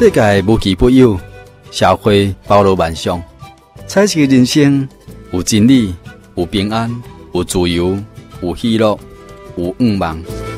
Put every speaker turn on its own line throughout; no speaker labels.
世界无奇不有，社会包罗万象，彩色的人生有真理，有平安，有自由，有喜乐，有愿望。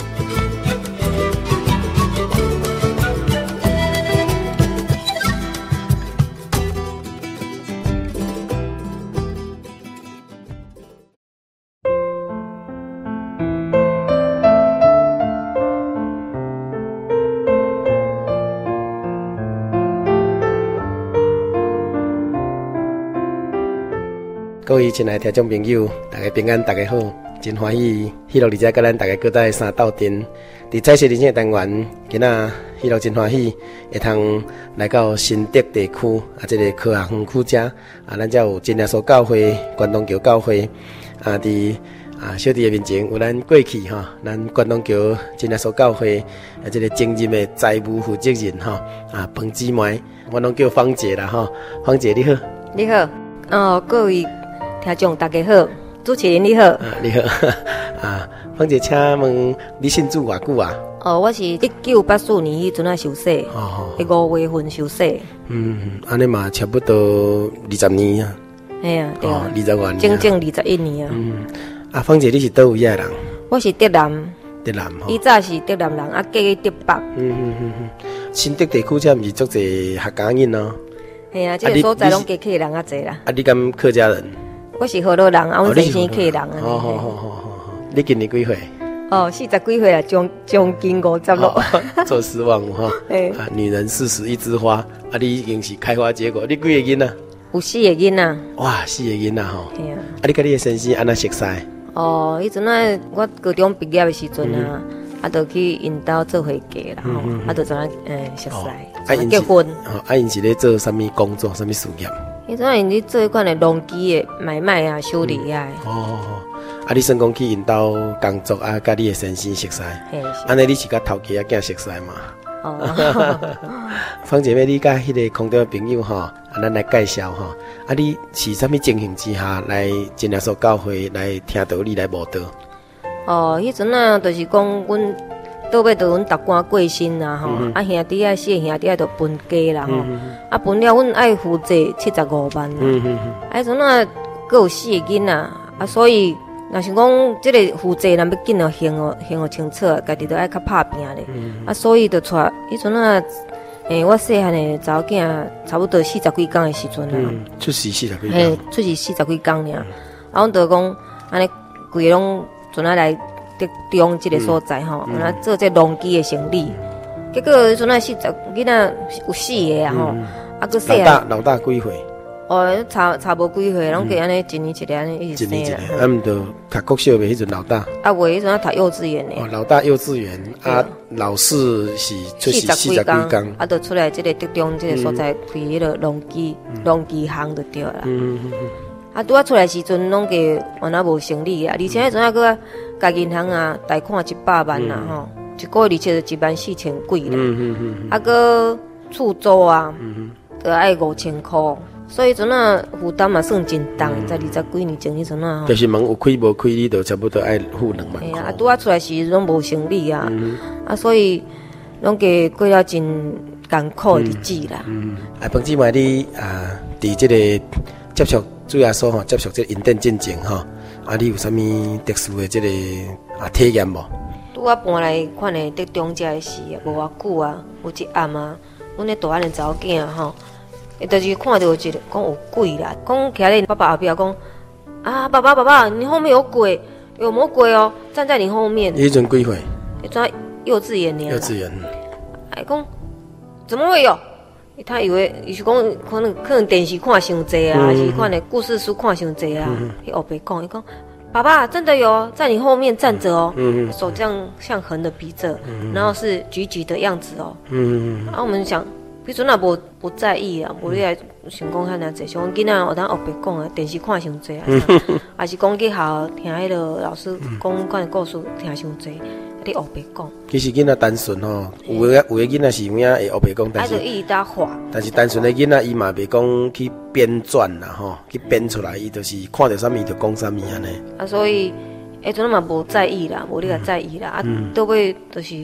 各位亲爱的听众朋友，大家平安，大家好，真欢喜，喜乐伫遮甲咱大家搁在三斗阵。伫彩色人生的单元，今仔喜乐真欢喜，会通来到新德地区这个科学园区遮咱遮有真耶稣教会、关东桥教会伫小弟的面前有咱过去咱关东桥真耶稣教会这个正任的财务负责人彭姊妹，我拢叫芳姐啦芳姐你好。
你好，各位听众大家好，主持人你好。
你好芳姐，请问你信主偌久啊？
我是1984年迄阵受洗，5月份受洗。
安尼嘛差不多20年啊。
嘿啊，对啊
，20多年，
整整21年啊。
芳姐，你是倒位的人？
我是德南。
德南
伊早是德南人，嫁去德北。
新德地区遮毋是足侪客家人哦。
嘿啊，这个所在拢加客人啊侪啦。
你敢客家人？
我是河洛人，阮先生客人啊。
好。你今年几岁
？40几岁啊，将近56。
做失望哈。女人40一枝花，你已经是开花结果。你几个囡仔？
有4个囡仔。
哇，4个囡仔吼。
嘿啊。
你甲你的先生安怎熟识？
迄阵啊，我高中毕业的时阵就去因兜做伙嫁啦，就怎熟识，结婚。
因是咧做什么工作，什么事业？
迄阵因咧做迄款的农机的买卖啊、修理啊。
你算讲去因兜工作甲你的先生熟识，安尼你是甲头家囝熟识嘛？芳姐妹，你甲迄个空中的朋友咱来介绍你是什么情形之下来真耶稣教会来听道理来慕道？
迄阵就是讲阮倒尾到阮达官过身啦兄弟4个兄弟就分家啦分了阮爱负责75万迄阵阁有4个囡仔所以若是讲即个负责若要紧要行清楚，家己就爱较拍拼咧所以就带迄阵我细汉的查某囝差不多40几工的时阵
出世40几工，
出世40几工尔阮就讲安尼规个拢阵来德中这个所在做这农机的生意，结果迄阵40囡仔有4个佫细
老大几岁？
差无几岁，拢计安尼一年一个安尼一直生啦。
毋着读国小袂？迄阵老大
袂，迄阵读幼稚园的。
老大幼稚园老四是出世40几工
就出来这个德中这个所在开迄个农机行就对啦。拄出来时阵，拢计原无生理而且迄阵佫家银行贷款100万一个月利息就14000几啦，佫厝租就爱5000块，所以阵负担嘛算真重，在20几年前迄阵
就是问有开无开，你就差不多爱付2万块。
拄出来时拢无生理所以拢计过了真艰苦的日子啦。
彭姊妹，你伫这个接触主耶稣接触这个恩典进程你有啥物特殊的这个体验无？
拄我搬来款的德中遮的时无偌久有一暗阮咧大汉的查某囝就是看到一个讲有鬼啦，讲徛咧爸爸后壁讲爸爸，你后面有鬼，有魔鬼哦，站在你后面。
迄阵几岁？
迄阵幼稚园呢。
幼稚园。
讲怎么会有？他以为是讲可能电视看伤济还是看的故事书看伤济伊后壁讲，伊讲爸爸真的有在你后面站着哦，手这样像横的比着，然后是举的样子哦。然后我们想。迄阵无在意无你来想讲遐尔济，像囡仔有当后壁讲电视看伤济还是讲去校听迄个老师讲款故事听伤济，你后壁讲。
其实囡仔单纯有个囡仔是有影会后壁讲，但是
伊搭画，
但是单纯的囡仔伊嘛袂讲去编撰啦去编出来，伊就是看到啥物就讲啥物安尼。
所以迄阵嘛无在意啦，无你个在意啦倒尾就是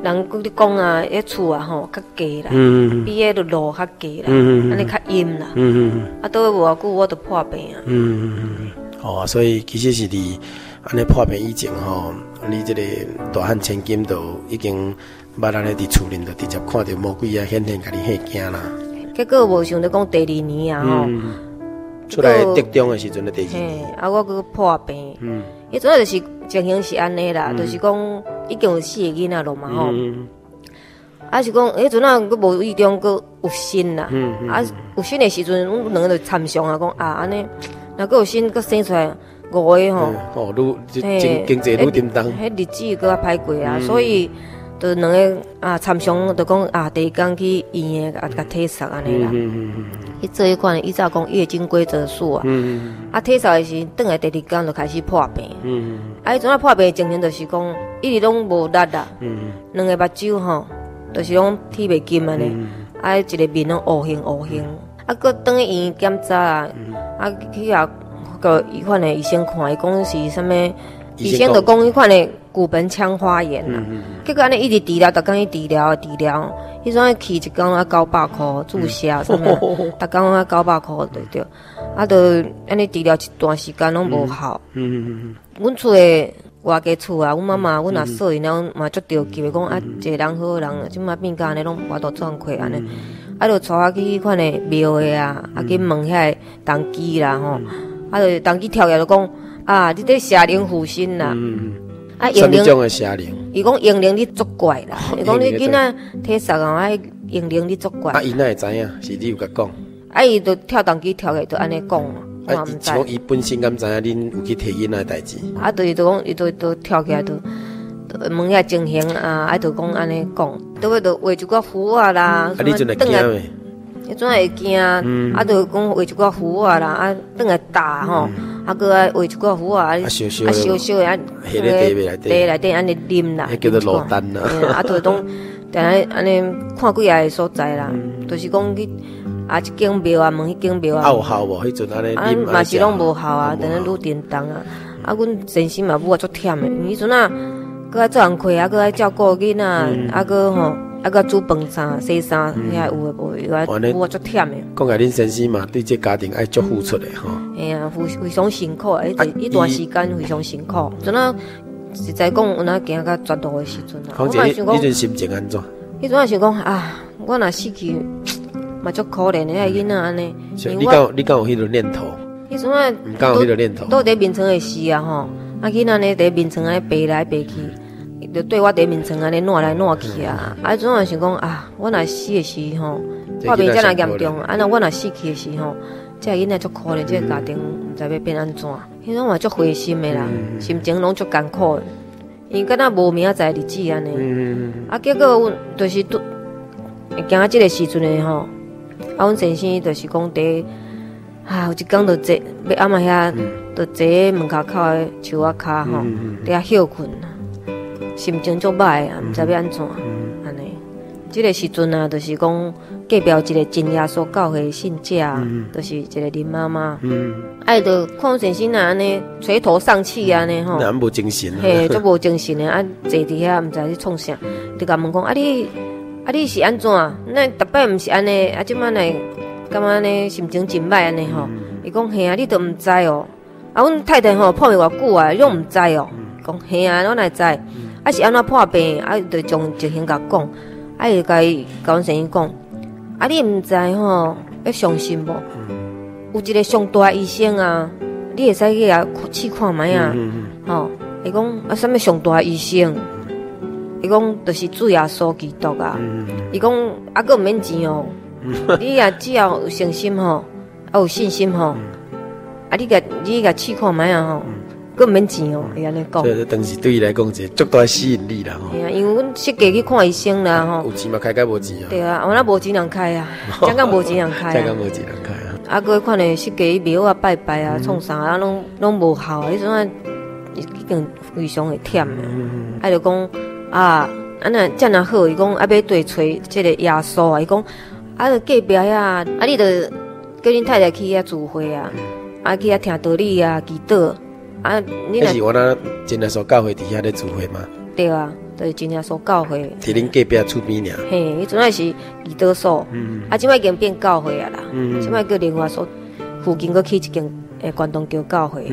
人你讲啊，迄厝啊吼较低啦，比迄个路较低啦，安尼较阴啦。啊，倒无偌久我就破病啊。
哦，所以其实是伫安尼破病以前吼，你这个大汉千金都已经捌咱咧伫厝里就直接看到魔鬼啊显甲你吓惊啦。
结果无想到讲第二年啊吼，
出来得中的时阵的第二年，
啊我搁破病，迄阵就是情形是安尼啦，就是讲已经有4个囡仔咯嘛吼。啊是讲，迄阵啊，佫无意中佫有新啦，啊有新的时阵，阮两个就参详啊，讲啊安尼，若佫有新佫生出来5个吼，
哦，愈经济愈叮当，
迄日子佫较歹过啊，所以就两个啊参详，就讲啊第一天去医院甲体检安尼啦，去做迄款伊早讲月经规则数啊，啊体检的时转来第二天就开始破病，啊迄阵啊破病的情形就是讲一直拢无力啦，两个目睭吼。就是拢睇袂金安尼，啊，一个面拢乌黑，啊，佮等去医院检查啊，啊，去啊个迄款的医生看，伊讲是啥物？医生就讲迄款的骨盆腔发炎啦。结果安尼一直治疗，逐工去治疗，迄阵去一天啊900块注射啥物，逐工啊900块对，啊，就安尼治疗一段时间拢无效。阮厝的。外家厝啊，阮妈妈、阮阿嫂因了嘛足着急的讲啊，一个人好人，即马变甲安尼拢跋倒状况安尼，啊，就带我去迄款的庙的啊，啊去问遐当机啦吼，啊，就当机跳起来就讲啊，你这邪灵附身啦，啊，
什么种的邪灵？
伊讲英灵你作怪啦，伊讲你囡仔体色啊，英灵你作怪。
啊，伊哪会知影？是你有甲讲？
啊，伊就跳当机跳起来就安尼讲。
啊，是讲伊本身敢知影恁有去摕囡仔的代志？
啊，就是就讲伊就跳起来就问遐情形啊，啊，就讲安尼讲，倒尾就画一寡符啊啦。
啊，你阵会惊未？
迄阵会惊，啊，就讲画一寡符啊啦，啊，转来打吼，啊，搁爱画一寡符啊，
烧烧
的啊，
下咧地
内底安尼啉啦，
迄叫做落单啦。
啊，就当安尼看几个所在啦，就是讲去。啊，一间庙啊，问迄间庙啊，
有效无？迄阵安尼，
啊，嘛是拢无效啊，等下愈颠当啊。啊，阮身心嘛愈足忝的，迄阵啊，搁爱做工课啊，搁爱照顾囡仔，啊，搁吼，啊，搁煮饭啥、洗衫，遐有诶无？愈足忝的。
讲下恁先生嘛，对这家庭爱足付出的吼。
哎呀，非常辛苦，一段时间非常辛苦。阵啊，实在讲，有哪行到绝路的时阵啊，
我嘛想讲，迄阵心情安怎？
迄阵啊想讲啊，我若死去。嘛足可怜的，遐囡仔安尼。
你敢有迄个念头？
迄阵啊，
毋敢有迄个念头。
倒伫眠床的时啊吼，啊囡仔呢伫眠床安尼爬来爬去，就对我伫眠床安尼挪来挪去啊。啊，迄阵啊想讲啊，我若死的时吼，破病遮尔严重，啊那我若死去的时候，这囡仔足可怜，这家庭毋知要变安怎。迄阵嘛足灰心的啦，心情拢足艰苦的，因为敢若无明仔载日子安尼。啊，结果阮就是行到即个时阵的吼。啊，阮先生就是讲伫啊，有一天就坐要暗暝遐，就坐喺门口的树仔骹吼，伫遐休困，心情足歹啊，毋知要安怎安尼。即个时阵啊，就是讲隔壁一个真耶稣教会信者，就是一个林妈妈，啊，就看阮先生啊安尼垂头丧气安尼吼，
无精神，
嘿，足无精神的啊，坐伫遐毋知咧创啥，就甲问讲啊你是安怎？那逐摆毋是安尼，啊，即摆来感觉呢心情真歹安尼吼。伊讲嘿啊，你都毋知哦。啊，阮太太吼破病偌久啊，你拢毋知哦。讲嘿啊，我哪会知？啊是安怎破病？啊，就将情形甲讲，啊，就甲阮先生讲，啊，你毋知吼，要相信无？有一个上大的医生啊，你会使去遐试看觅啊。吼，伊讲啊，啥物上大的医生？伊讲就是主耶稣基督啊！伊讲啊，佫毋免钱哦。你也只要有诚心吼，啊有信心吼，啊你甲试看觅啊吼，佫毋免钱哦，伊安尼讲。
所以当时对伊来讲是足大吸引力啦吼。
嘿啊，因为阮设计去看医生啦吼。
有钱嘛开甲无钱啊？
对啊，我那无钱人开啊，香港无钱人开啊。
香港无钱人开啊。
啊，佫看咧设计庙啊拜拜啊，创啥啊，拢无效啊！迄阵啊，已经非常会忝啊。啊，就讲。啊，那遮尔好，伊讲啊要对找即个耶稣啊，伊讲啊，就隔壁啊，啊你就叫恁太太去遐聚会啊，啊去遐听道理啊，祈祷啊，
你那是我那真耶稣教会伫遐咧聚会吗？
对啊， 就是真耶稣教会。
伫恁隔壁厝边尔。
嘿，迄阵仔是胰岛素，即摆已经变教会啊啦。即摆叫另外所附近搁去一间关东桥教会。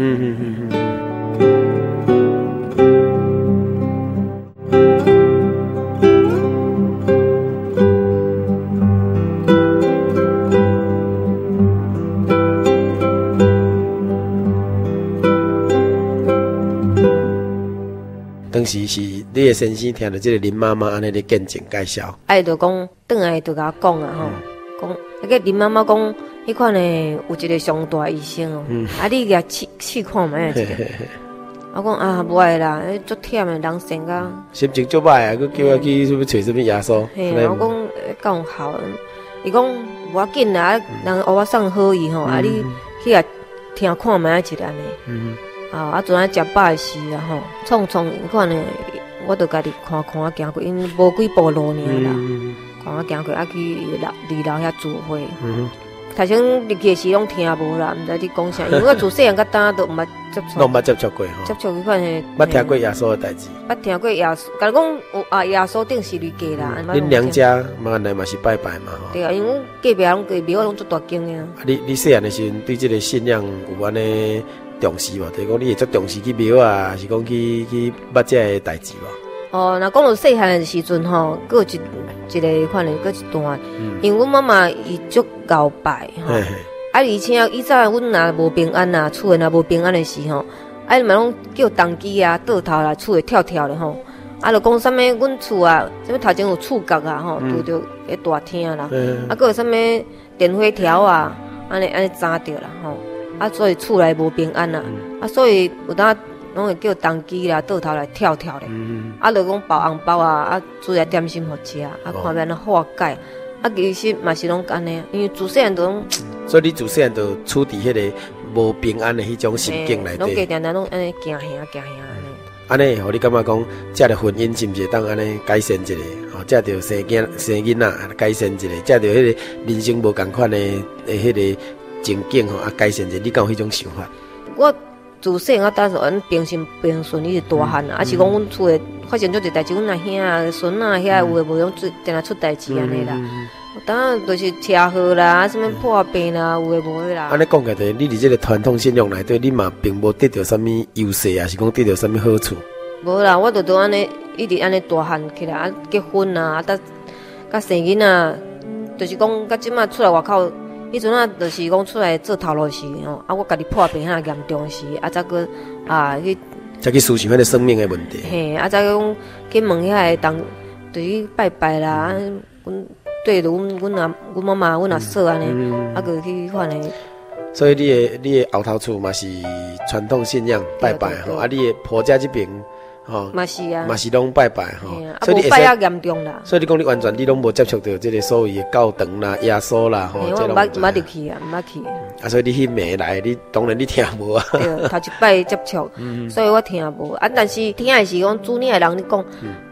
当时是你的先生听到这个林妈妈安尼咧见证介绍，
就讲转来就甲我讲啊吼，讲那个林妈妈讲，迄款的有一个上大医生哦，你甲试看觅一个。我讲啊，无爱啦，足忝的，人生甲
心情足歹啊，佮叫我去什么找什么耶稣。
嘿，我讲讲好，伊讲无要紧啦，人互我送好意吼，你去甲听看觅一个安尼。阵仔食饱的时啊吼，创迄款的，我著家己看行过，因无几步路尔啦，看行过去二楼遐聚会。头先入去的时拢听无啦，毋知你讲啥，因为我自细汉到大都毋捌接触。
拢毋捌接触过吼。
接触迄款的。
捌听过耶稣的代志。
捌听过耶稣，甲讲有耶稣顶是绿家啦。
恁娘家原来嘛是拜拜嘛吼。
对啊，因为隔壁拢隔壁我拢足大间的。你
细汉的时阵对这个信仰有安尼重视无？就是讲你会足重视去庙啊，是讲去捌这个代志无？
若讲到细汉的时阵吼，佫有一个款的，佫一段，因为阮妈妈伊足搞拜吼，而且以早阮若无平安啊，厝诶若无平安的时候，嘛拢叫当机啊、倒头啦、厝会跳跳的吼，就讲啥物阮厝啊，啥物头前有厝角啊吼，拄着迄大厅啦，佫有啥物电火条啊，安尼炸着啦吼，所以厝内无平安啦，所以有当拢会叫当机啦、倒头来跳跳咧，就讲包红包啊，煮来点心互食，看要安怎化解，其实嘛是拢安尼，因为自细汉都拢。
所以你自细汉就处伫迄个无平安的迄种心境内底，
拢家常常拢安尼行安尼。
安尼，互你感觉讲，这个婚姻是毋是当安尼改善一下？吼，这着生囡仔改善一下，这着迄个人生无共款的迄个情景吼，改善一下，你敢有迄种想法？
我自细汉到时平顺一直大汉啊，是讲阮厝诶发生做一代志，阮阿兄啊、孙啊遐有诶无用定定出代志安尼啦。当就是车祸啦，什么破病啦，有诶无诶啦。
安尼讲起来，你伫这个传统信仰内底，你嘛并无得到什么优势啊，是讲得到什么好处？
无啦，我都安尼一直安尼大汉起来，结婚啊，甲生囡仔，就是讲甲即马出来外口。迄阵啊，就是讲出来做头路时吼，我家己破病遐严重时，再去
再去思想迄个生命的问题。
嘿，再讲去问遐个对于拜拜啦，阮对着阮妈妈、阮阿嫂安尼，就去款的。
所以你的后头厝嘛是传统信仰拜拜吼，你的婆家这边。
嘛是啊，
嘛是拢拜拜吼，
所以你拜遐严重啦。
所以你讲你完全你拢无接触到这个所谓的教堂啦、耶稣啦吼，
这拢捌入去啊，毋捌去。
所以你迄暝来，你当然你听无啊。
对，头一摆接触，所以我听无。但是听的是讲主领的人咧讲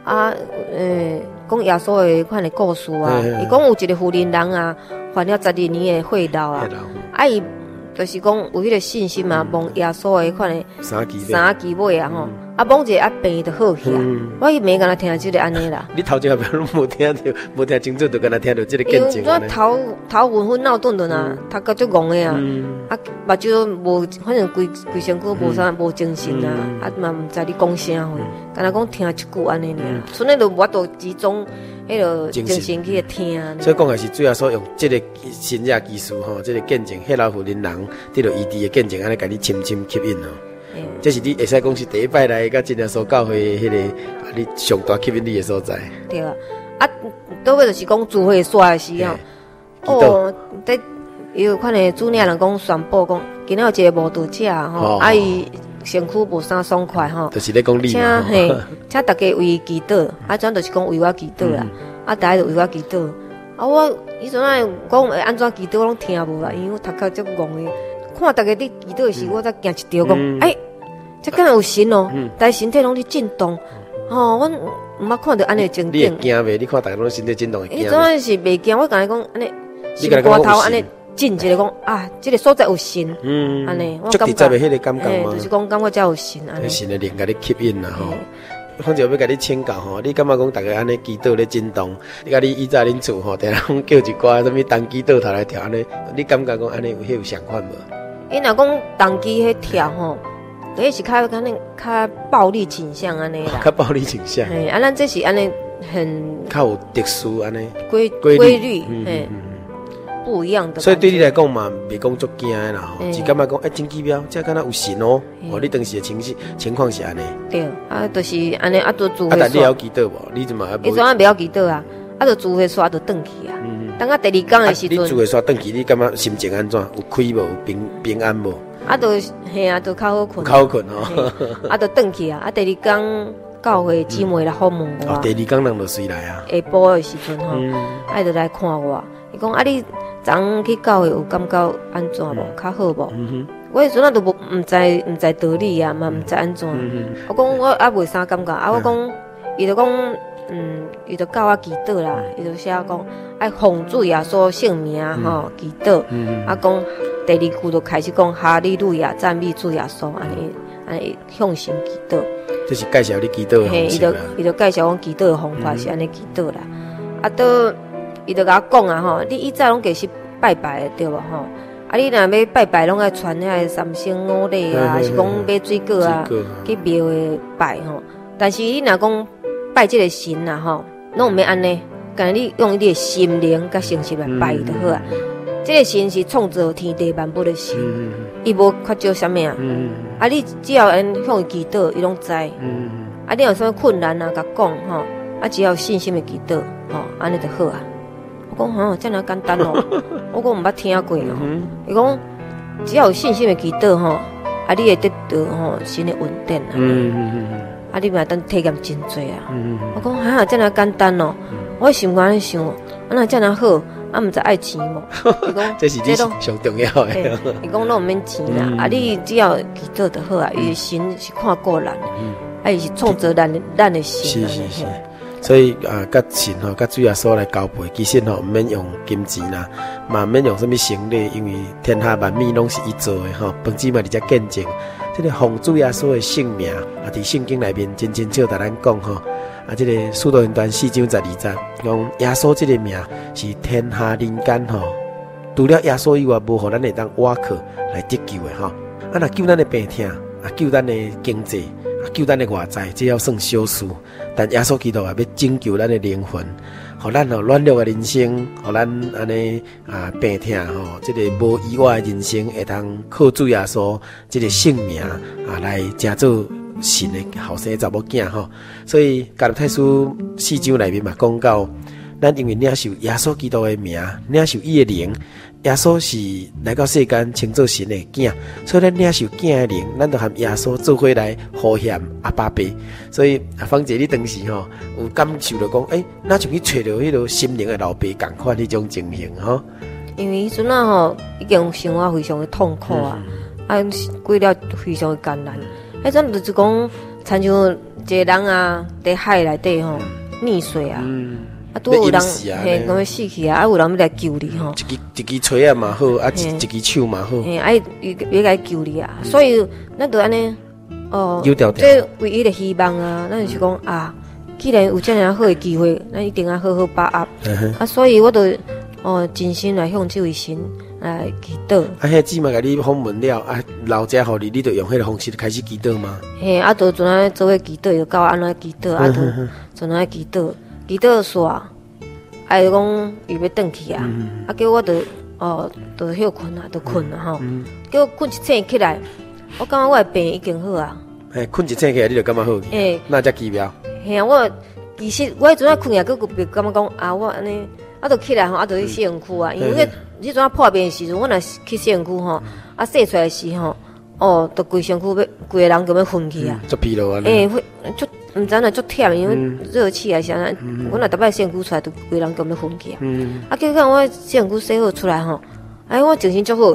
讲耶稣的款的故事啊。伊讲有一个妇人人啊，犯了12年的血漏啊，伊就是讲有迄个信心嘛，望耶稣的款的三支尾啊吼。摸一个病就好去啊！我伊没敢若听即个安尼啦。
你头前后壁拢无听到，无听清楚，就敢若听到即个见证。
因为头昏昏闹顿顿啊，头壳足戆的啊，目睭无，反正规身躯无啥无精神啊，嘛毋知你讲啥货，敢若讲听一句安尼尔，剩个就无法度集中迄个精神去听。
所以讲还是最后所用即个新约技术吼，即个见证，迄老妇人人得到异地的见证，安尼甲你深深吸引哦。这是你会使讲是第一摆来甲真耶稣教会迄个你上大吸引你的所在。
对啊，倒尾就是讲聚会煞的时候，在有款的主领人讲宣布讲，今仔有一个无道者吼，伊身躯无啥爽快吼，
就是咧讲你嘛，
请大家为伊祈祷，怎就是讲为我祈祷啦，大家就为我祈祷。我以前讲会安怎祈祷，我拢听无啦，因为我头壳足戆的。看大家伫祈祷时，我才惊一条讲，这敢有神哦，但身体拢伫震动，我毋捌看到安尼情景。
你会惊袂？你看大家拢身体震动会惊？
迄阵是袂惊，我甲你讲安尼，心肝头安尼震一个讲这个所在有神，安尼我感觉。
足直接的迄个感觉嘛，
就是讲感觉才有神安尼。
神的灵甲你吸引啦吼。 反正要甲你请教吼，你感觉讲大家安尼祈祷咧震动，你甲你以前恁厝吼，定人叫一寡什么当祈祷头来跳安尼，你感觉讲安尼有迄个想法无？
伊若讲当机迄跳吼，迄是较暴力倾向安尼啦，
较暴力倾向。
嘿，咱这是安尼很
较有特殊安尼
规律，不一样的。
所以对你来讲嘛，袂讲足惊的啦，只感觉讲真奇妙，这敢若有神哦。你当时的情况是安尼。
对，就是安尼，都住。
但你要祈祷无？你怎么还不？
伊怎啊袂晓祈祷啊？就住会煞就转去啊。等到第二天的时阵，
你住会煞转去，你感觉心情安怎？有开无？平安无？
就嘿啊，就较好困。
较好困哦。
就转去啊。第二天教会姊妹来访问我。
第二天人就随来啊。
下晡的时阵吼，就来看我。伊讲你昨昏去教会有感觉安怎无？较好无？我迄阵都毋知道理啊，嘛毋知安怎。我讲我袂啥感觉，我讲伊就讲，伊就教我祈祷啦，伊就写讲爱奉主耶稣圣名吼祈祷，讲第二句就开始讲哈利路亚赞美主耶稣，安尼向神祈祷。
这是介绍你祈祷的方式啦。
伊就介绍我祈祷的方法是安尼祈祷啦。伊就甲我讲啊吼，你以前拢计是拜拜的对无吼？你若要拜拜，拢爱传遐三生五礼啊，还是讲买水果啊，去庙的拜吼。但是你若讲拜这个神啊吼，拢毋免安尼，干你用你的心灵甲诚实来拜就好啊。这个神是创造天地万物的神，伊无缺少啥物啊。你只要向伊祈祷，伊拢知。你有啥物困难啊，甲讲吼，只要有信心的祈祷吼，安尼就好啊。我讲吼，这样简单哦。我讲毋捌听过哦。伊讲只要有信心的祈祷吼，你会得到吼神的稳定啊。你嘛当体验真多啊。我讲哈，这样简单哦。我心肝咧想，那这样好，毋知爱钱无？伊讲
这是你上重要的。
伊讲拢毋免钱啦，你只要祈祷就好啊。伊神是看过咱，伊是创造咱的神。是。
所以甲神吼，甲主耶稣来交配，其实吼毋免用金钱啦，嘛毋免用什么成礼，因为天下万物拢是伊做的吼。本子嘛，伫遮见证，这个奉主耶稣的圣名伫圣经内面真清楚甲咱讲吼，这个使徒行传4章12节，讲耶稣这个名是天下人间吼，除了耶稣以外，无互咱会当倚靠来得救的吼。若救咱的病痛，救咱的经济。救咱的外在，这要算小事，但耶稣基督要拯救咱的灵魂，互咱软弱的人生，互咱安尼病痛吼，这个无意外的人生会当靠主耶稣这个圣名来成做神的后生查某囝吼。所以加拉太书4章内面嘛讲到，咱因为领受耶稣基督的名，领受伊的灵。耶稣是来到世间称作神的囝，所以咱领受囝的灵，咱就和耶稣做伙来呼喊阿爸爸。所以芳姐你当时吼有感受到讲，那像去找到迄个心灵的老爸共款迄种情形吼。
因为迄阵吼已经生活非常的痛苦啊，过了非常的艰难。迄阵就是讲，亲像一个人在海内底吼溺水啊。都有人嘿，讲要死去啊！有人要来救你吼，
一支锤嘛好，一支手嘛好，
要来救你啊！所以咱就安尼这唯一的希望啊，咱就是讲既然有这样好的机会，咱一定要好好把握所以我就真心来向这位神来祈祷。
迄姊妹甲你访问了老家互你就用迄个方式开始祈祷吗？
嘿，就阵啊做伙祈祷，就教安怎祈祷，就阵啊祈祷。祈祷煞，就讲伊要转去叫我就休困就困吼。叫我困一醒起来，我感觉我的病已经好啊。
困一醒起来你就感觉好？那才奇妙。
我其实我迄阵困也，佮感觉讲我安尼，就起来吼，就去洗身躯因为迄阵破病的时阵，我若去洗身躯吼，洗出来时吼，就规身躯规个人就要昏去啊。
足疲劳啊。
就毋知影足忝，因为热气啊啥，我若逐摆洗身躯出来，就规人咁要昏去啊。结果我洗身躯洗好出来吼，我精神足好，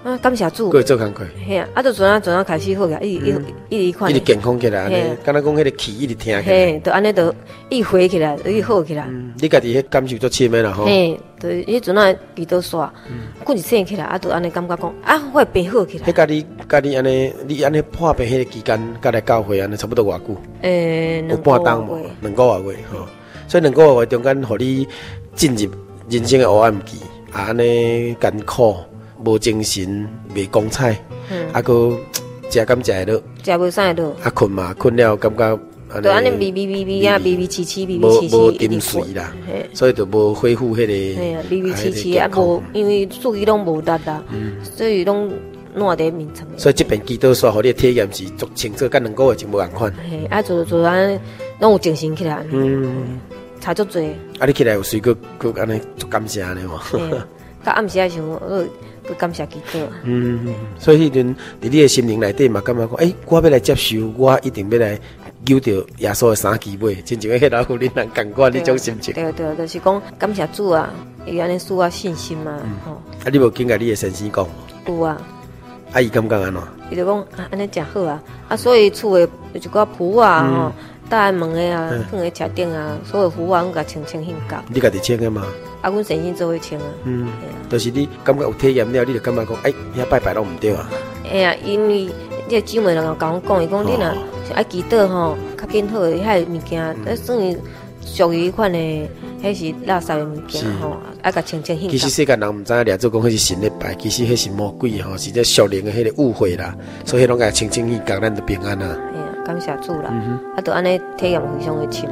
啊，感谢主。
过做工课。
嘿啊，就转啊开始好起来，一直看。
一直健康起来，安尼，敢若讲迄个气一直听起来。
嘿，就安尼就一回起来，一好起来。
你家己迄感受足深的啦吼。
嘿，就迄阵啊，祈祷煞，困一醒起来，啊，就安尼感觉讲，啊，我会变好起来。
迄家己安尼，你安尼破病迄个期间，甲来教会安尼差不多偌久？
有
半冬无，2个月吼。所以2个月中间，互你进入人生的黑暗期，啊，安尼艰苦，无精神，袂光彩，啊，佮食敢食会落，
食袂啥会落，
啊，困嘛，困了感觉，
就安尼微啊，微凄凄，
无沉睡啦，所以就无恢复迄个，
嘿啊，微凄啊，无，因为注意拢无力啦，所以拢烂伫面床。
所以这边祈祷煞，互你的体验是足清楚，甲2个月前无共款。
嘿，啊，做安，拢有精神起来。差足侪。
啊，你起来有随个安尼足感谢安尼嘛。
到暗时啊想，去感谢祈祷。
所以迄阵，伫你的心灵内底嘛，感觉讲，我要来接受，我一定要来揪着耶稣的衫旗尾，真正迄老妇恁人共款迄种心情。
对，就是讲感谢主啊，伊安尼赐我信心嘛。吼。
啊，你无紧甲你的先生讲？
有啊。
啊，伊感觉安怎？
伊就讲啊，安尼真好啊，啊，所以厝的有一寡仆啊，吼。大门的啊，放在车顶啊，所有符啊，阮甲清很够。
你家己清的吗？
啊，阮先生做伙清啊。
就是你感觉有体验了，你就感觉讲，遐拜拜拢唔对啊。
因为这姊妹人甲阮讲，伊讲你若是爱祈祷吼，较紧好诶，遐物件，算于属于款诶，迄是垃圾诶物件吼，爱甲清很够。
其实世间人唔知影，掠做讲迄是神咧拜，其实迄是魔鬼吼，是这属灵诶迄个误会啦，所以拢甲清很够，咱就平安啦。
感谢主啦，啊，就安尼体验非常的深。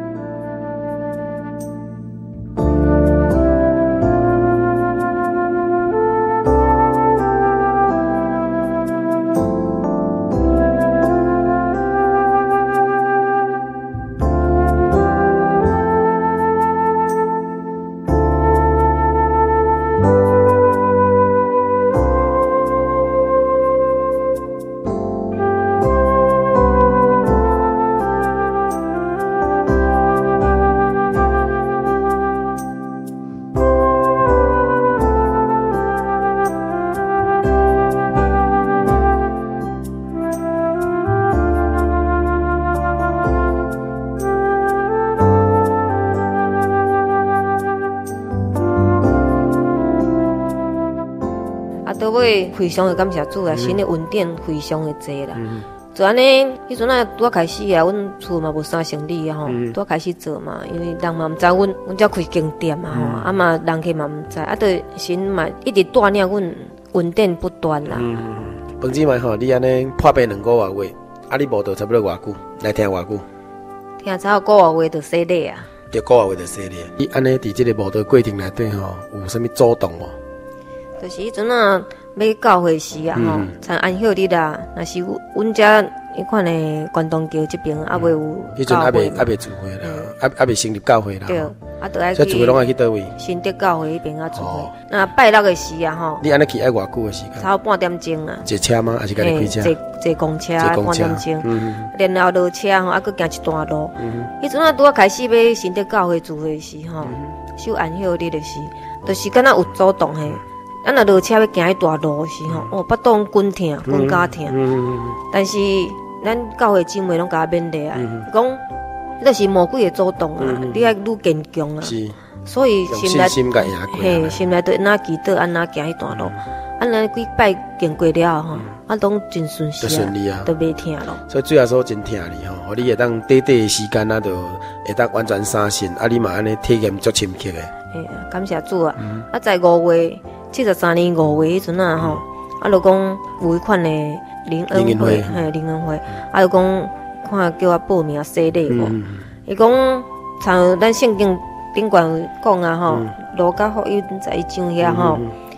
到尾非常的感谢主啊，神的恩典非常的多啦。就安尼，迄阵啊，拄开始啊，阮厝嘛无啥生理啊吼，拄开始做嘛，因为人嘛毋知阮才开间店嘛吼，啊嘛人客嘛毋知，啊，对神嘛一直带领阮恩典不断啦。
彭姊妹吼，你安尼破病2个月，啊，你无到差不多偌久？来听偌久？
听差不多个月就洗礼啊。
就个月就洗礼。你安尼伫即个无到过程内底吼，有啥物主动无？
就是迄阵啊，要教会时啊吼，参安息日啦，若是阮遮迄款的关东桥这边还未有
迄阵还未聚会啦，还未成立教会啦。
对，啊，就爱去。
所以聚会拢爱去倒位？
新德教会迄边啊聚会。那拜六的时啊吼。
你安尼去爱偌久的时间？
差不多半点钟啊。
坐车吗？还是家己开车？
坐公车半点钟。然后落车吼，啊，佮行一段路。迄阵啊，拄啊开始要新德教会聚会时吼，守安息日的时，就是敢若有主动嘿。咱若落车要行一段路时吼，巴肚滚疼，滚甲疼。但是咱教会姊妹拢甲我勉励啊，讲那是魔鬼的主动啊，你爱愈坚强啊。所以心内嘿，心内对安那祈祷，安那行一段路，安那几摆经过了吼，啊，拢真顺利啊，都袂疼咯。
所以最后说真疼你吼，互你会当短短的时间啊，就会当完全相信，啊，你嘛安尼体验足深刻的。
嘿，感谢主啊！啊，在5月73年5月迄阵啊吼，啊，就讲有一款的灵恩会，嘿，灵恩会，啊，就讲看叫我报名洗礼无？伊讲像咱圣经顶悬讲啊吼，路加福音11章遐吼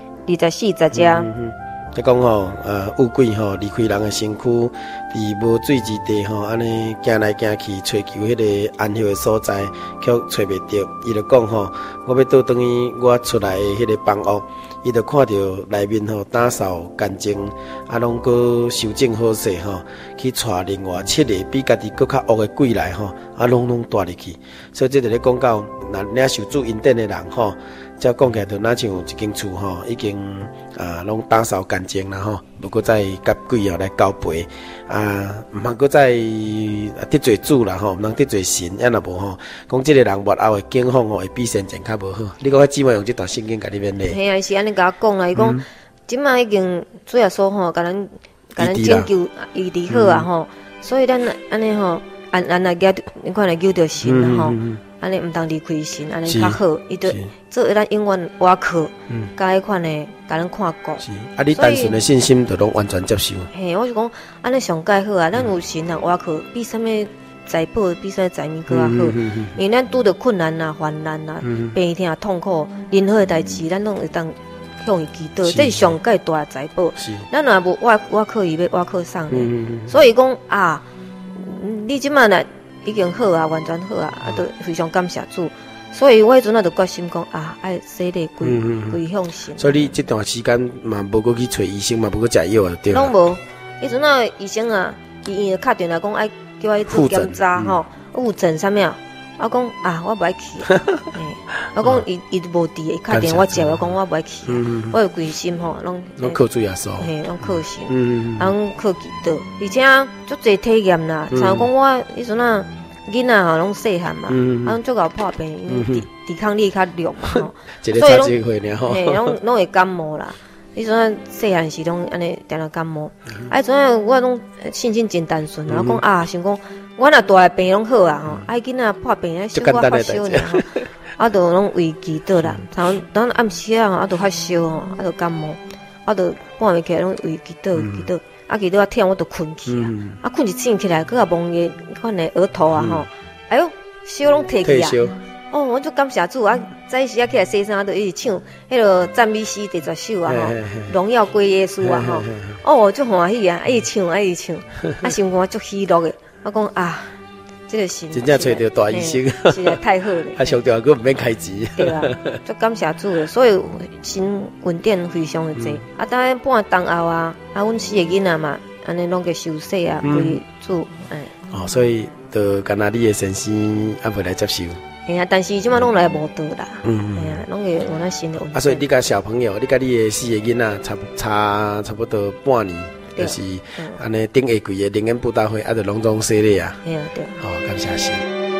，24节。
你讲吼，乌龟吼离开人的身躯，伫无水之地吼，安尼行来行去，追求迄个安息的所在，却找袂着。伊就讲吼，我要倒转去我出来的迄个房屋，伊就看到内面吼打扫干净， 拢搁修正好势吼，去带另外7个比家己搁较恶的鬼来吼，拢带入去。所以这就咧讲到，那领受主恩典的人吼，则讲起来就若像有一间厝吼，已经拢打扫干净啦吼，无搁再甲鬼来交陪毋通搁再得罪主啦吼，毋通得罪神，也若无吼，讲这个人末后的境况吼会比先前较无好。你讲姊妹用这段圣经甲你勉励？
系啊，是安尼甲我讲啦，伊讲。即摆已经主耶稣吼，甲咱拯救医治好啊吼，所以咱安尼吼，安来叫你看来求着神啦吼，安尼毋通离开神，安尼较好，伊就做咱永远倚靠，甲迄款的甲咱看顾。
是，你单纯的信心就拢完全接受。
嘿，我是讲安尼上介好啊，咱有神啊倚靠，比啥物财宝比啥财物搁较好，因为咱拄着困难啊、患难啊、病痛痛苦、任何代志，咱拢会当。向伊祈祷，这是上界大的财宝。咱若无倚靠伊，要倚靠啥呢？所以讲你即摆呢已经好啊，完全好啊，都非常感谢主。所以我迄阵就决心讲爱洗礼归向神。
所以你这段时间嘛，无过去找医生嘛，无过食药啊，对啦。
拢无，迄阵医生医院敲电话讲爱叫我去做检查吼，误诊啥物啊？我讲我不爱去。我讲伊无伫，伊敲电话我接，我讲我不爱去。我有规心吼，拢
靠主耶稣，
嘿，拢靠神，拢靠祈祷，而且足侪体验啦。像讲我迄阵囡仔吼拢细汉嘛，足够破病，因为抵抗力较弱嘛吼，
所以
拢会感冒啦。迄阵细汉时拢安尼定定感冒，迄阵我拢信心真单纯，我讲想讲。我若大病拢好啊吼，爱囡仔破病小可发烧尔吼，就拢为祈祷啦。当暗时就发烧吼，就感冒，就半暝起来拢为祈祷，祈祷忝我就困去啊，困一醒起来，佮摸个款的额头啊吼，哎哟，烧拢退去啊。我就感谢主啊！早时起来洗衫，就一直唱迄个赞美诗第10首啊吼，荣耀归耶稣啊吼。我足欢喜啊，一直唱，心肝足喜乐的。我讲这个神
真正找到大医生，
实在太好了。
上吊佫毋免开钱。
对啊，足感谢主的，所以神恩典非常的济。当半冬后阮4个囡仔嘛，安尼拢个受洗归主。
所以就干那你的先生未来接受。
但是即马拢来无倒啦。拢会有咱神的恩典。
所以你甲小朋友，你甲你的4个囡仔差不多半年。就是安尼顶下季的灵恩布道会，就隆重洗礼啊！
对，
感谢神。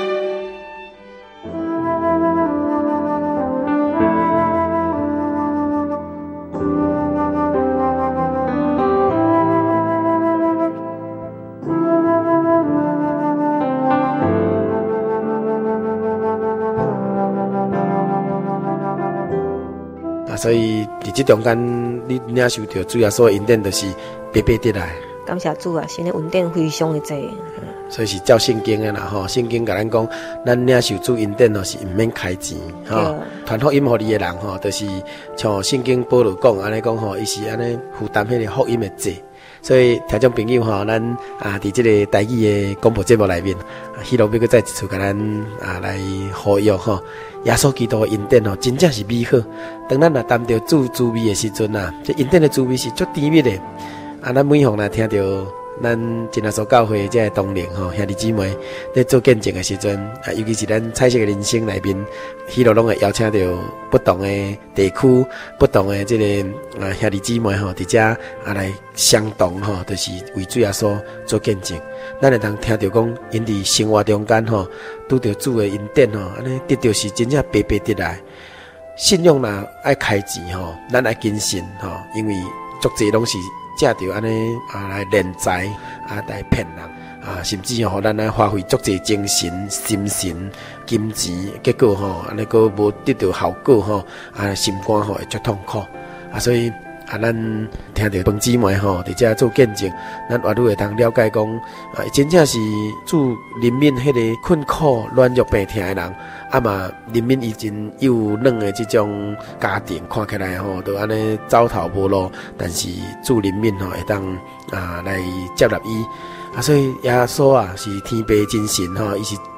所以伫这中间，你领受到主要所恩典，就是白白得来。
感谢主啊，神的恩典非常的多。
所以是照圣经的啦吼，圣经甲咱讲，咱领受主恩典是毋免开钱吼。传福音互你的人吼，就是像圣经保罗讲安尼讲吼，伊是安尼负担迄个福音的责。所以听众朋友吼，咱伫这个台语的广播节目内面，希望要再一次甲咱来呼吁吼，耶稣基督的恩典吼，真正是美好。当咱谈到主滋味的时阵这恩典的滋味是足甜蜜的。咱每逢听到咱真耶稣教会这同龄吼兄弟姊妹在做见证的时阵，尤其是咱彩色的人生内面，希望拢会邀请到不同的地区、不同的这个兄弟姊妹吼，伫遮来相同吼，就是为主耶稣做见证。咱会当听到讲，因伫生活中间吼，拄到主的恩典吼，安尼得到是真正白白得来。信仰若爱开钱吼，咱爱谨慎吼，因为足济拢是。借着安尼来敛财来骗人甚至吼咱来花费足济精神、心神、金钱，结果吼安尼个无得到效果吼心肝吼会足痛苦所以咱听到帮姊妹吼伫遮做见证，咱越愈会通了解讲真正是主怜悯迄个困苦、软弱病痛的人。嘛，人民以前幼嫩的这种家庭看起来吼，都安尼走投无路，但是主人民吼会当来接纳伊所以耶稣是天父真神吼，伊是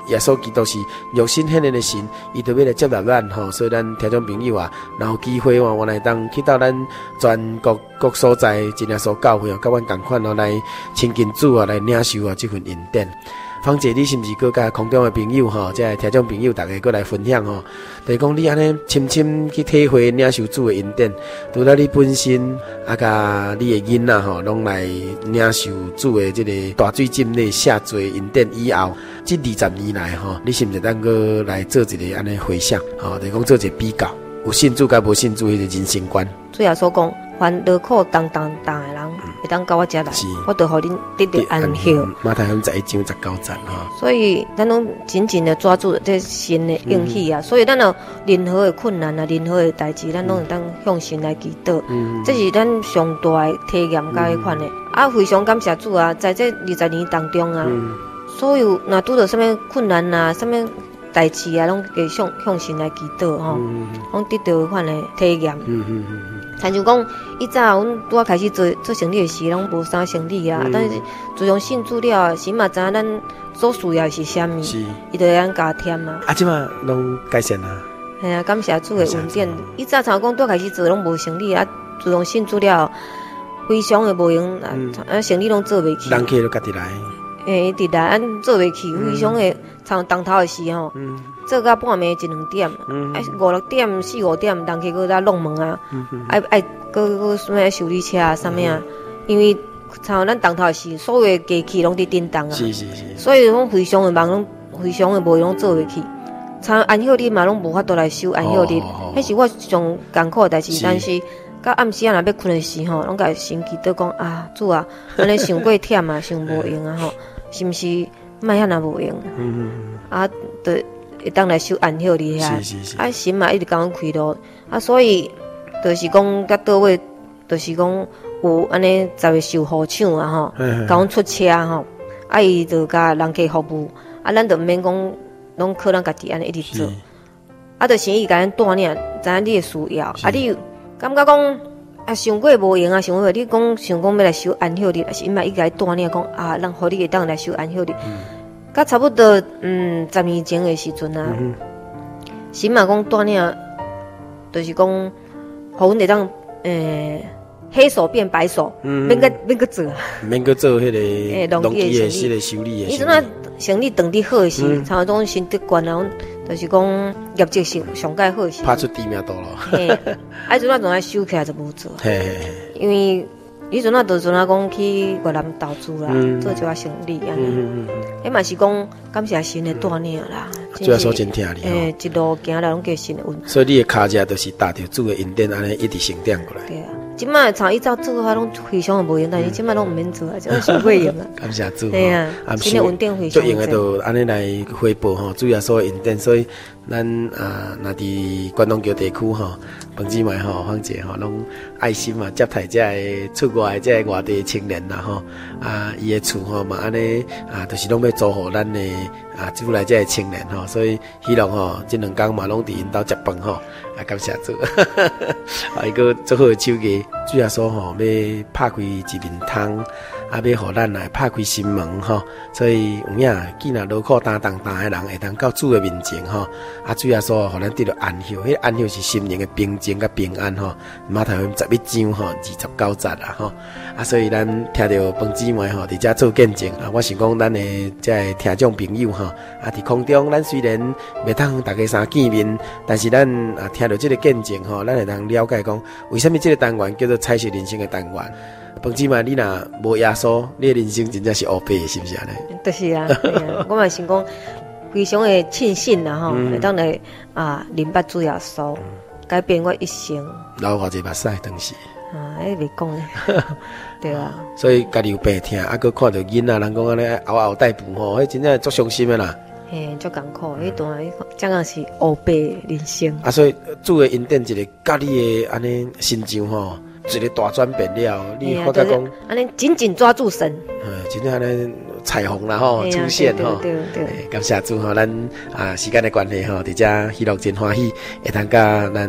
耶稣基督是肉身显现的神，伊就要来接纳咱吼，所以咱听众朋友啊，然后机会我来当去到咱全国各所在真耶稣教会哦，甲阮共款哦来亲近主啊，来领受啊这份恩典。芳姐，你是不是搁甲空中的朋友吼，即个听众朋友，大家搁来分享吼？就是讲你安尼深深去体会领受主的恩典，除了你本身啊，甲你的囡仔吼，拢来领受主的这个大水浸的下罪恩典以后，这20年来吼，你是不是当搁来做一个安尼回想？吼，就是讲做一个比较，有信主甲无信主迄个人生观。
主耶稣讲，凡劳苦重担的人，会当到我这来，我就互恁得到安息。
马太福音11章19节哈。
所以咱拢紧紧的抓住这神的应许啊，所以咱有任何的困难啊，任何的代志，咱拢会当向神来祈祷。这是咱上大的体验甲迄款的。啊，非常感谢主啊，在这20年当中啊，所有若拄到什么困难啊，什么代志啊，拢会向神来祈祷吼，拢得到迄款的体验。像讲，以早阮拄开始做生理的时，拢无啥生理啊。但是自从信主了，神嘛知影咱所需要是啥物，伊就会咱加添啊。
啊，即马拢改善啊。
系啊，感谢主的恩典。以早像讲拄开始做拢无生理啊，自从信主了，非常的无用啊，生理拢做袂起。
人客都家己来。
直来按做袂起，非常的从当头的时吼。做到半暝1-2点，5-6点、4-5点，人去搁在弄门啊，爱搁什么修理车啊，啥物啊？因为像咱当头是所有的机器拢伫叮当啊，
是，
所以拢非常的忙，拢非常的无拢做袂起。像安歇日嘛，拢无法度来修安歇日，迄是我上艰苦的代志。但是到暗时啊，若要困的时吼，拢甲神祈祷讲啊，主啊，安尼伤过忝啊，伤无用啊吼，是毋是莫遐那无用？啊，对。会当来修安歇日遐，啊神嘛一直甲阮开路，啊所以就是讲到倒位，就是讲有安尼10个售货厂啊吼，甲阮出车吼，啊伊就甲人客服务，啊咱就毋免讲拢靠咱家己安尼一直做，啊就是伊甲咱带领，知影你的需要，啊你感觉讲啊伤过无用啊，伤过你讲想讲要来修安歇日，啊是伊嘛伊甲你带领讲啊，咱互你会当来修安歇日。甲差不多10年前的时阵啊，神嘛讲带领，就是讲，互阮会当黑手变白手，免个做，
免个做迄个农机的迄个修理的。
伊阵啊生理长得好的时，差不多身体悬啊，就是讲业绩上介好时，
拍出知名度咯。
嘿，啊阵啊仲爱收起来就无做，因为。迄阵啊，就阵啊，讲去越南投资啦，做一寡生意安尼。迄嘛是讲感谢神的带领啦。
主要说真听你。
一路行来拢叫神的恩。
所以你的脚脚都是踏着主的恩典，安尼一直成长过来。
对啊，即摆从以早做啊，拢非常的无用，但是即摆拢毋免做啊，即摆伤过用啊。
感谢主。
对啊，神的恩典非常。
做用的就安尼来回报吼，主要说恩典，所以咱若伫关东桥地区吼。彭姊妹吼，芳姐吼，拢爱心嘛接待这个出外这个外地青年啦吼，伊的厝吼嘛安尼就是拢要租互咱的厝内这个青年吼，所以希望吼这2天嘛拢伫因兜食饭吼，感谢主，伊个做好的手艺，主要说吼要拍开一面窗，要互咱来拍开心门吼，所以有影既然劳苦担当的人会当到主的面前吼，主要说互咱得到安息，迄安息是心灵的平静甲平安吼。马太福音11章吼29节啦吼，所以咱听到彭姊妹吼伫遮做见证我想讲咱的这听众朋友吼伫空中，咱虽然袂当大家相见面，但是咱听到这个见证吼，咱会当了解讲为什么这个单元叫做彩色人生的单元。彭姊妹，你若无耶稣，你的人生真正是黑白的，是不是安尼？
就是啊，我嘛想讲非常的庆幸啦吼，会当来明白主耶稣。改变我一生，
流偌济目屎当时
迄袂讲咧，对啊。
所以家己有病痛，搁看到囡仔人讲安尼嗷嗷待哺吼，迄真正足伤心的啦。
嘿，足艰苦，迄段真正是黑白人生。
所以主的恩典一个甲你的安尼心情吼，一个大转变了，你发觉讲
安尼紧紧抓住神，
真正安尼彩虹啦吼出现吼，
对，
感谢主吼，咱时间的关系吼，伫遮喜乐真欢喜，会通甲咱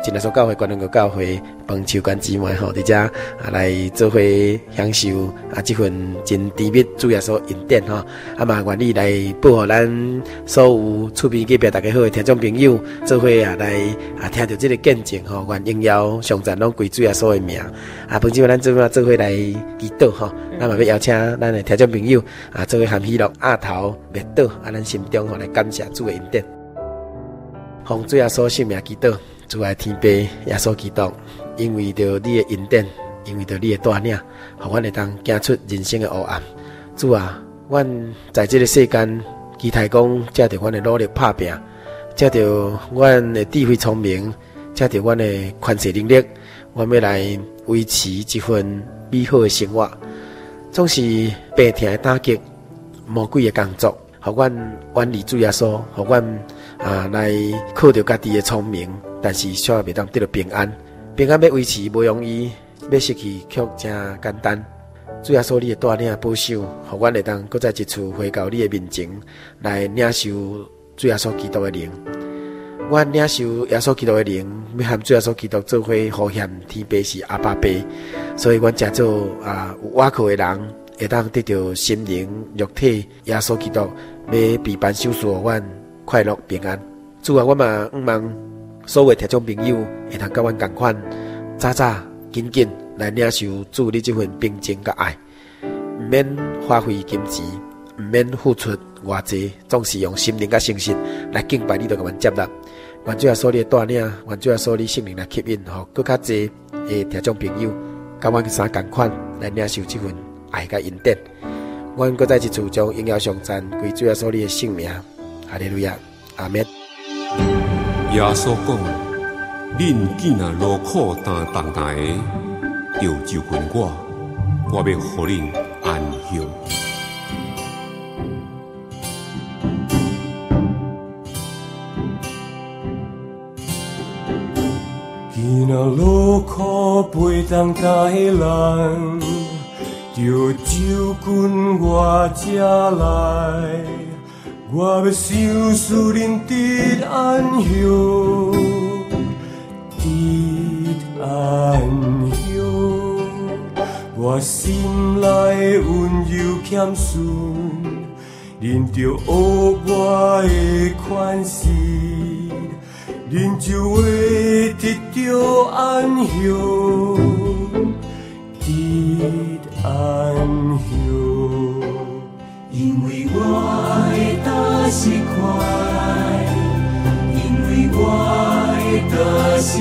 真耶稣教会、关东国教会、帮手关姊妹吼，伫遮来做伙享受这份真甜蜜主耶稣恩典吼，嘛愿意来保护咱所有厝边隔壁大家好的听众朋友，做伙来听到这个见证吼，愿荣耀上赞拢归主耶稣的名。帮姊妹咱做伙来祈祷吼，咱嘛要邀请咱的听众朋友做伙含喜乐压头灭祷咱心中吼来感谢主的恩典。奉主耶稣圣名祈祷，主爱天父耶稣基督，因为着你的恩典，因为着你的带领，互阮会当行出人生的黑暗。主啊，阮在这个世间，期待讲借着阮的努力打拼，借着阮的智慧聪明，借着阮的权势能力，阮要来维持一份美好的生活。总是病痛的打击，魔鬼的工作，互阮远离主耶稣，互阮来靠着家己的聪明，但是却袂当得到平安。平安要维持不容易，要失去却真简单。主耶稣你的带领保守，互阮会当搁再一次回到你的面前，来领受主耶稣基督的灵。阮领受耶稣基督的灵，要和主耶稣基督做伙呼喊天父是阿爸爸，所以阮诚做有倚靠的人，会当得到心灵、肉体耶稣基督要陪伴守护阮快乐平安。主啊，我嘛望所有听众朋友会通甲阮同款，早早紧紧来领受主你这份平静甲爱，唔免花费金钱，唔免付出偌济，总是用心灵甲诚实来敬拜你，就甲阮接纳。愿主耶稣你的带领，愿主耶稣你圣灵来吸引，互更较济的听众朋友甲阮相同款来领受这份爱甲恩典。阮搁再一次将荣耀上赞归主耶稣你的圣名。哈利路亚，阿们。
耶稣讲：“恁既然劳苦担重担的，就就近我，我要互恁安息。”
既然劳苦背重担的人，就就近我这来。我要享受恁的安息，的安息。我心内温柔谦逊，恁就学我的款式，恁就会得到安息，的安息。因为我的担是快，因为我的担是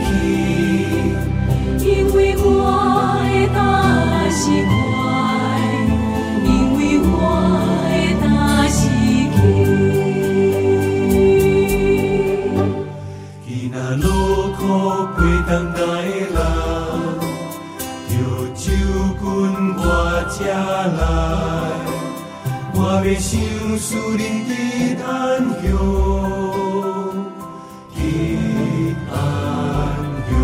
轻，因为我的担是快，因为我的担是轻。既然劳苦背重担的人，就就近我这来。我要享受恁的安息，的安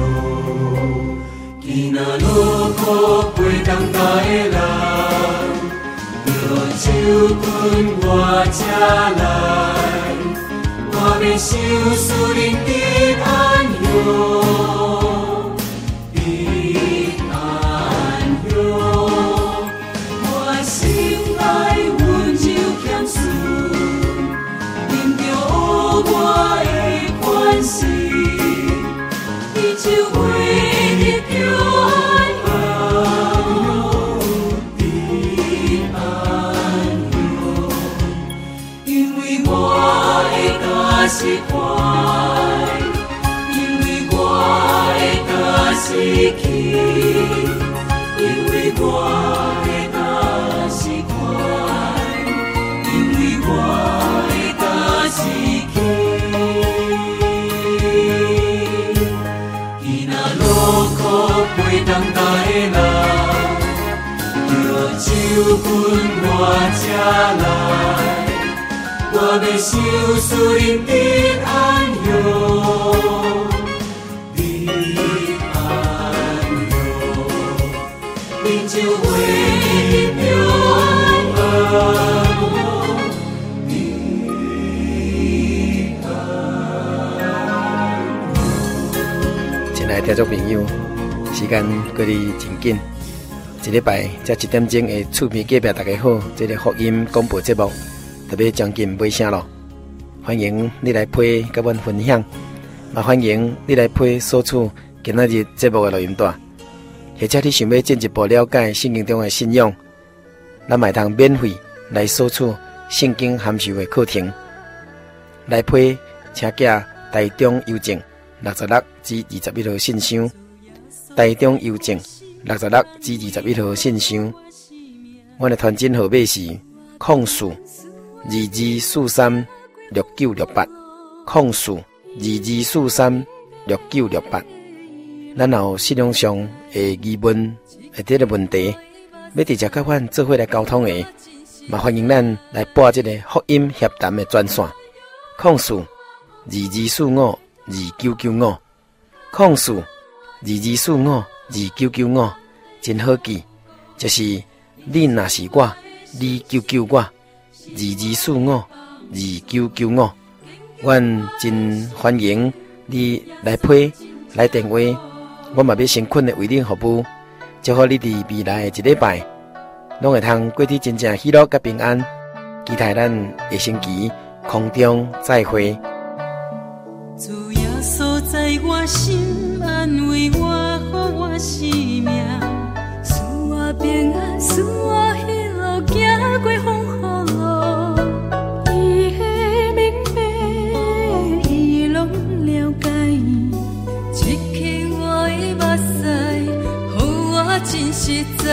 息。既然劳苦背重担的人，就就近我这来。我要享受恁的安息。是快，因为我的担是轻，因为我的担是快，因为我的担是轻。伊若劳苦背重担的人，就就近我这来。我要享受恁的安息，的安息，恁就会得到安息。
听众朋友，时间过得真紧，一礼拜才1点钟的厝边隔壁大家好，这个福音广播节目特别将近尾声了。欢迎你来陪跟阮分享，也欢迎你来陪索取今仔日节目的录音带，或者你想要进一步了解圣经中的信仰，咱也通免费来索取圣经函授的课程。来陪请寄台中邮政66至21号信箱，台中邮政66至21号信箱。我的传真号码是0422436968，0422436968。咱有信仰上的疑问或者问题，要直接甲阮做伙来沟通的，嘛欢迎咱来拨这个福音协谈的专线，0422452995，0422452995，真好记，就是你若是我，你救救我，22452995。阮真欢迎你来陪来电话，我嘛要诚恳的为你服务，祝福你伫未来的一礼拜，拢会通过得真正喜乐甲平安。期待咱下星期空中再会。
主耶稣在我心安慰我，予我生命，使我平安，使我喜乐，行过风雨路。伊的明白，伊拢了解，刺激我的目屎，予我真实在。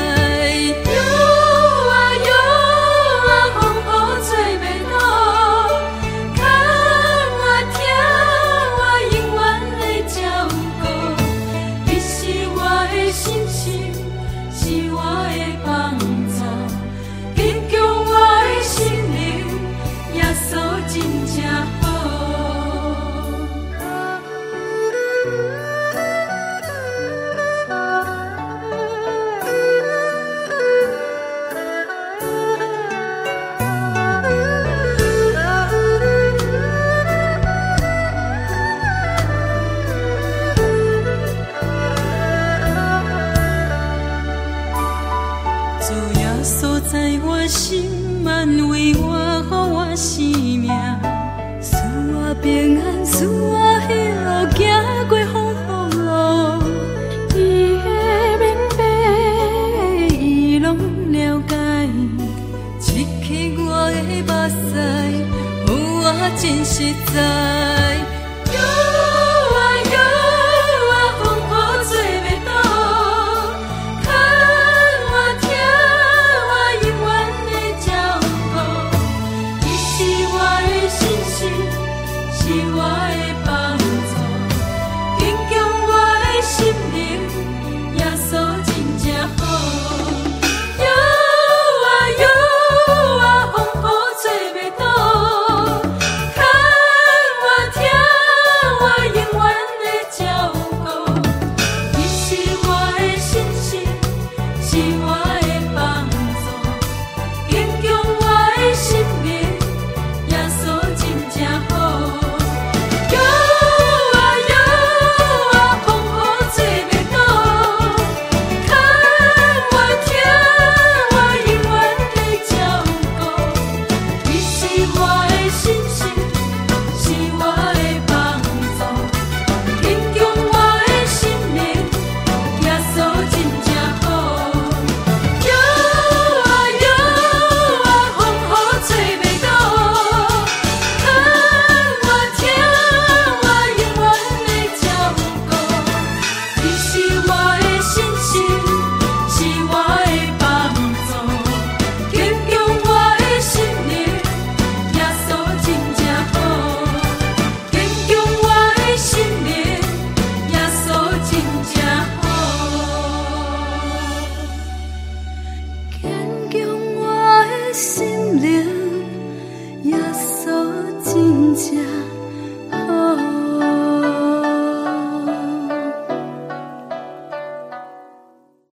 平安，使我喜乐，行过风雨路。伊的明白，伊拢了解，刺激我的目屎，予我真实在。